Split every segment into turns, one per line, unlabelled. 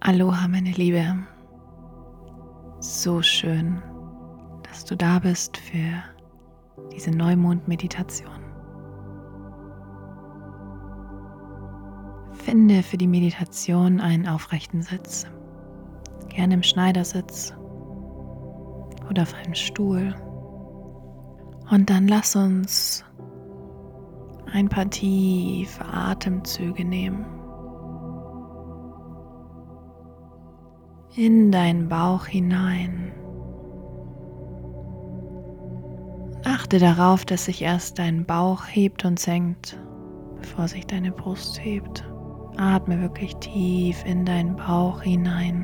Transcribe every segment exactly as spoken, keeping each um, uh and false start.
Aloha, meine Liebe. So schön, dass du da bist für diese Neumond-Meditation. Finde für die Meditation einen aufrechten Sitz, gerne im Schneidersitz oder auf einem Stuhl. Und dann lass uns ein paar tiefe Atemzüge nehmen. In deinen Bauch hinein. Achte darauf, dass sich erst dein Bauch hebt und senkt, bevor sich deine Brust hebt. Atme wirklich tief in deinen Bauch hinein.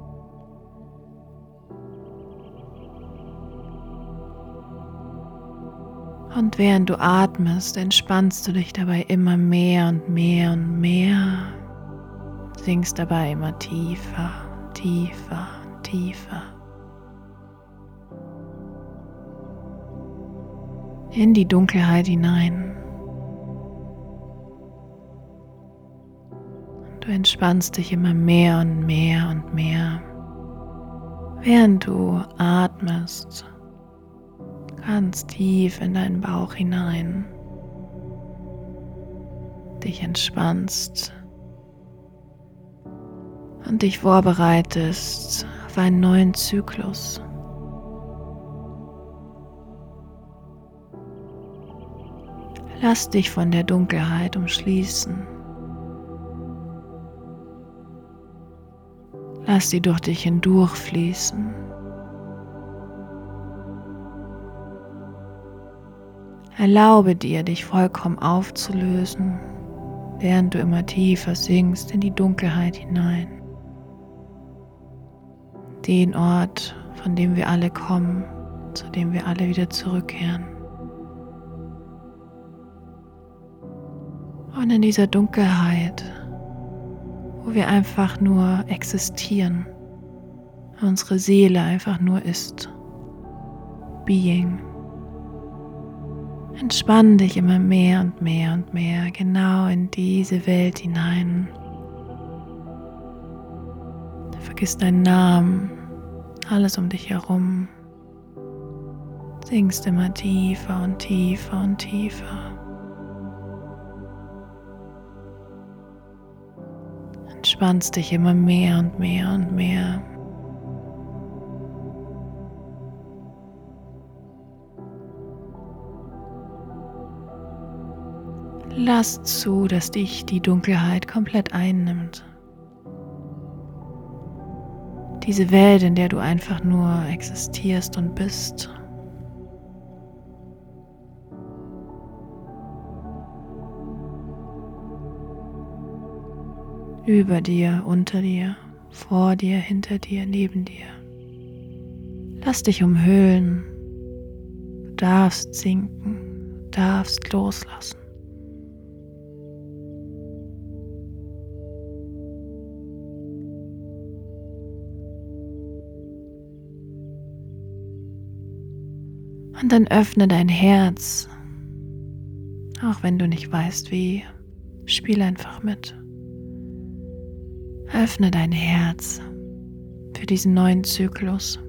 Und während du atmest, entspannst du dich dabei immer mehr und mehr und mehr. Sinkst dabei immer tiefer. Tiefer, tiefer. In die Dunkelheit hinein. Du entspannst dich immer mehr und mehr und mehr, während du atmest, ganz tief in deinen Bauch hinein, dich entspannst und dich vorbereitest auf einen neuen Zyklus. Lass dich von der Dunkelheit umschließen. Lass sie durch dich hindurchfließen. Erlaube dir, dich vollkommen aufzulösen, während du immer tiefer sinkst in die Dunkelheit hinein. Den Ort, von dem wir alle kommen, zu dem wir alle wieder zurückkehren. Und in dieser Dunkelheit, wo wir einfach nur existieren, unsere Seele einfach nur ist, Being. Entspann dich immer mehr und mehr und mehr genau in diese Welt hinein. Vergiss deinen Namen, alles um dich herum. Sinkst immer tiefer und tiefer und tiefer. Entspannst dich immer mehr und mehr und mehr. Lass zu, dass dich die Dunkelheit komplett einnimmt. Diese Welt, in der du einfach nur existierst und bist. Über dir, unter dir, vor dir, hinter dir, neben dir. Lass dich umhüllen. Du darfst sinken, du darfst loslassen. Und dann öffne dein Herz, auch wenn du nicht weißt wie, spiel einfach mit. Öffne dein Herz für diesen neuen Zyklus.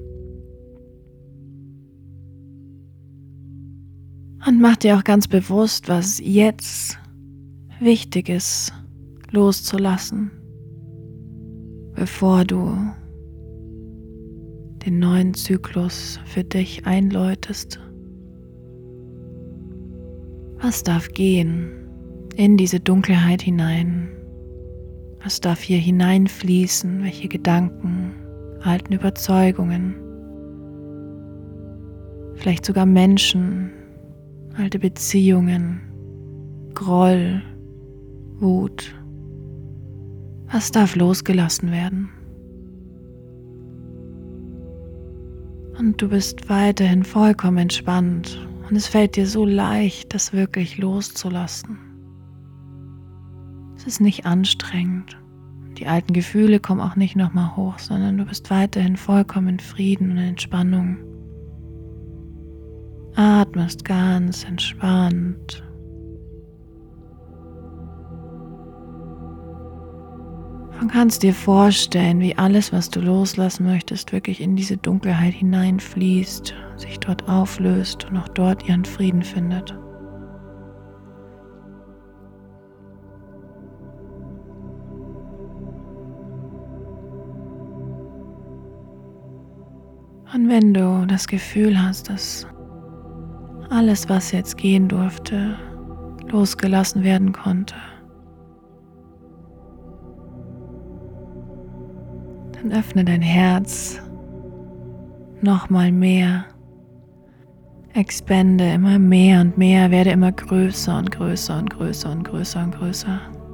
Und mach dir auch ganz bewusst, was jetzt wichtig ist, loszulassen, bevor du den neuen Zyklus für dich einläutest. Was darf gehen in diese Dunkelheit hinein? Was darf hier hineinfließen? Welche Gedanken, alten Überzeugungen, vielleicht sogar Menschen, alte Beziehungen, Groll, Wut. Was darf losgelassen werden? Und du bist weiterhin vollkommen entspannt und es fällt dir so leicht, das wirklich loszulassen. Es ist nicht anstrengend. Die alten Gefühle kommen auch nicht nochmal hoch, sondern du bist weiterhin vollkommen in Frieden und Entspannung. Atmest ganz entspannt. Du kannst dir vorstellen, wie alles, was du loslassen möchtest, wirklich in diese Dunkelheit hineinfließt, sich dort auflöst und auch dort ihren Frieden findet. Und wenn du das Gefühl hast, dass alles, was jetzt gehen durfte, losgelassen werden konnte, dann öffne dein Herz nochmal mehr, expande immer mehr und mehr, werde immer größer und größer und größer und größer und größer.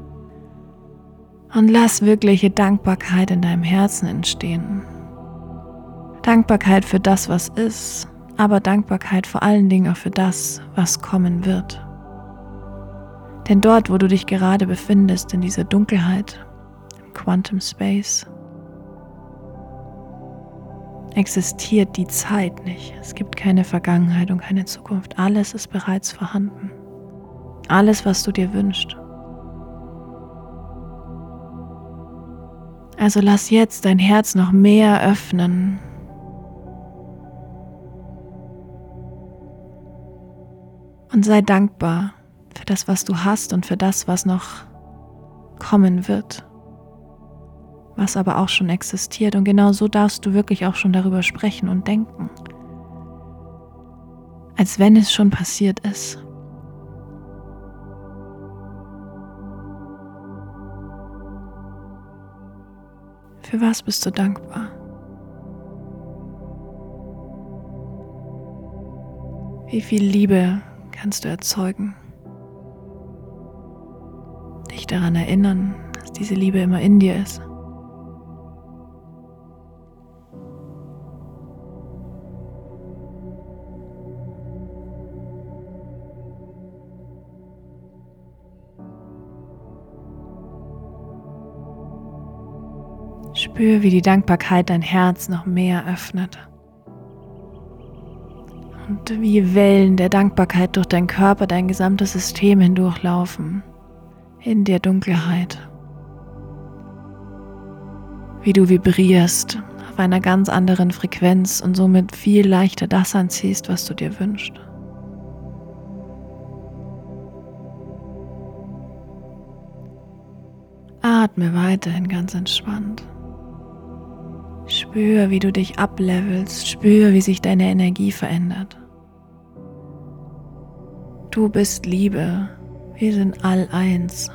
Und lass wirkliche Dankbarkeit in deinem Herzen entstehen. Dankbarkeit für das, was ist, aber Dankbarkeit vor allen Dingen auch für das, was kommen wird. Denn dort, wo du dich gerade befindest, in dieser Dunkelheit, im Quantum Space, existiert die Zeit nicht. Es gibt keine Vergangenheit und keine Zukunft. Alles ist bereits vorhanden. Alles, was du dir wünschst. Also lass jetzt dein Herz noch mehr öffnen. Und sei dankbar für das, was du hast und für das, was noch kommen wird. Was aber auch schon existiert. Und genau so darfst du wirklich auch schon darüber sprechen und denken. Als wenn es schon passiert ist. Für was bist du dankbar? Wie viel Liebe kannst du erzeugen? Dich daran erinnern, dass diese Liebe immer in dir ist. Spür, wie die Dankbarkeit dein Herz noch mehr öffnet. Und wie Wellen der Dankbarkeit durch deinen Körper, dein gesamtes System hindurchlaufen, in der Dunkelheit. Wie du vibrierst auf einer ganz anderen Frequenz und somit viel leichter das anziehst, was du dir wünschst. Atme weiterhin ganz entspannt. Spür, wie du dich ablevelst, spür, wie sich deine Energie verändert. Du bist Liebe, wir sind all eins.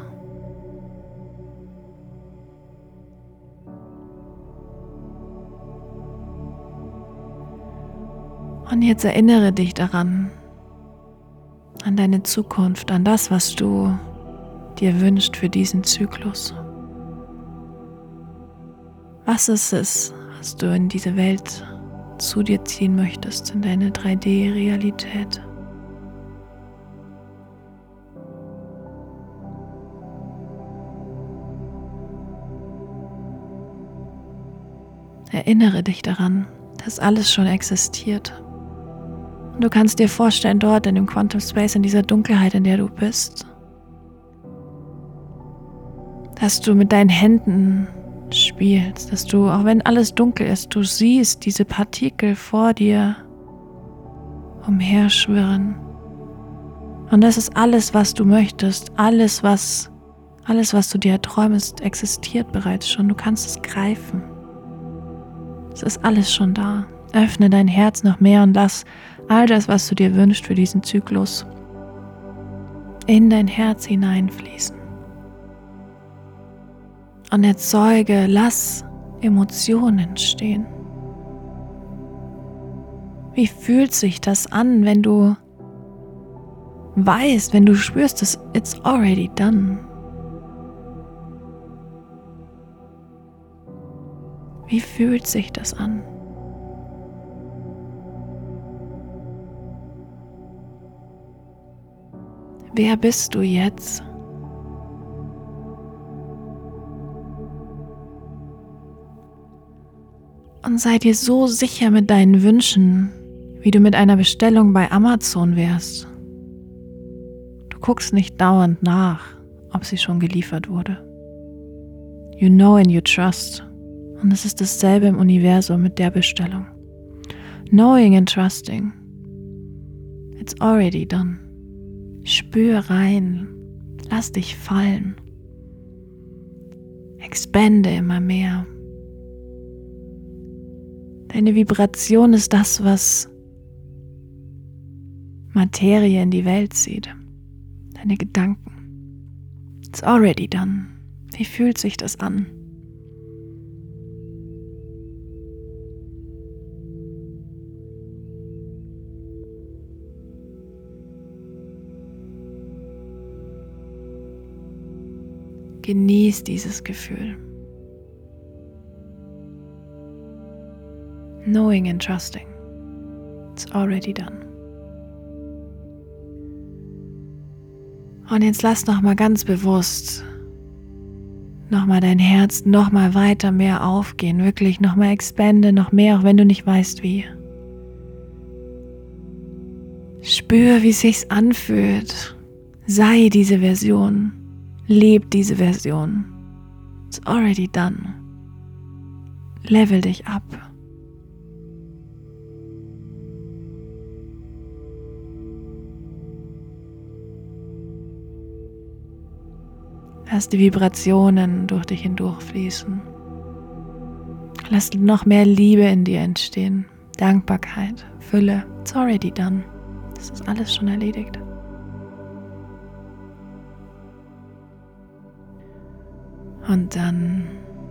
Und jetzt erinnere dich daran, an deine Zukunft, an das, was du dir wünschst für diesen Zyklus. Was ist es, was du in diese Welt zu dir ziehen möchtest, in deine drei D-Realität? Erinnere dich daran, dass alles schon existiert. Und du kannst dir vorstellen, dort in dem Quantum Space, in dieser Dunkelheit, in der du bist, dass du mit deinen Händen spielst, dass du, auch wenn alles dunkel ist, du siehst diese Partikel vor dir umherschwirren. Und das ist alles, was du möchtest, alles, was, alles, was du dir erträumst, existiert bereits schon. Du kannst es greifen. Es ist alles schon da. Öffne dein Herz noch mehr und lass all das, was du dir wünschst für diesen Zyklus, in dein Herz hineinfließen. Und erzeuge, lass Emotionen entstehen. Wie fühlt sich das an, wenn du weißt, wenn du spürst, dass it's already done? Wie fühlt sich das an? Wer bist du jetzt? Und sei dir so sicher mit deinen Wünschen, wie du mit einer Bestellung bei Amazon wärst. Du guckst nicht dauernd nach, ob sie schon geliefert wurde. You know and you trust. Und es ist dasselbe im Universum mit der Bestellung. Knowing and trusting. It's already done. Spür rein. Lass dich fallen. Expande immer mehr. Deine Vibration ist das, was Materie in die Welt zieht. Deine Gedanken. It's already done. Wie fühlt sich das an? Genieß dieses Gefühl. Knowing and trusting. It's already done. Und jetzt lass noch mal ganz bewusst noch mal dein Herz noch mal weiter mehr aufgehen. Wirklich noch mal expande, noch mehr, auch wenn du nicht weißt wie. Spür, wie es sich anfühlt. Sei diese Version. Leb diese Version. It's already done. Level dich ab. Lass die Vibrationen durch dich hindurchfließen. Lass noch mehr Liebe in dir entstehen. Dankbarkeit, Fülle. It's already done. Das ist alles schon erledigt. Und dann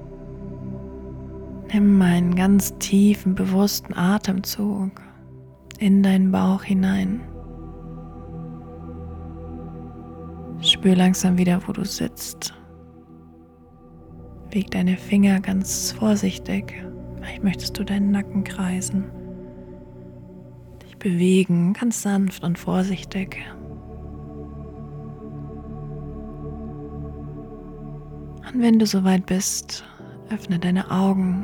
nimm einen ganz tiefen, bewussten Atemzug in deinen Bauch hinein. Spür langsam wieder, wo du sitzt. Beweg deine Finger ganz vorsichtig. Vielleicht möchtest du deinen Nacken kreisen. Dich bewegen, ganz sanft und vorsichtig. Und wenn du soweit bist, öffne deine Augen.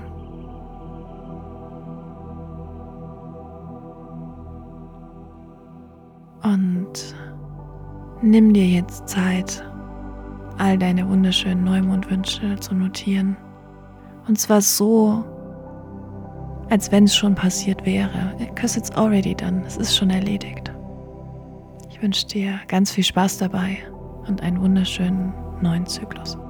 Und nimm dir jetzt Zeit, all deine wunderschönen Neumondwünsche zu notieren. Und zwar so, als wenn es schon passiert wäre. Because it's already done. Es ist schon erledigt. Ich wünsche dir ganz viel Spaß dabei und einen wunderschönen neuen Zyklus.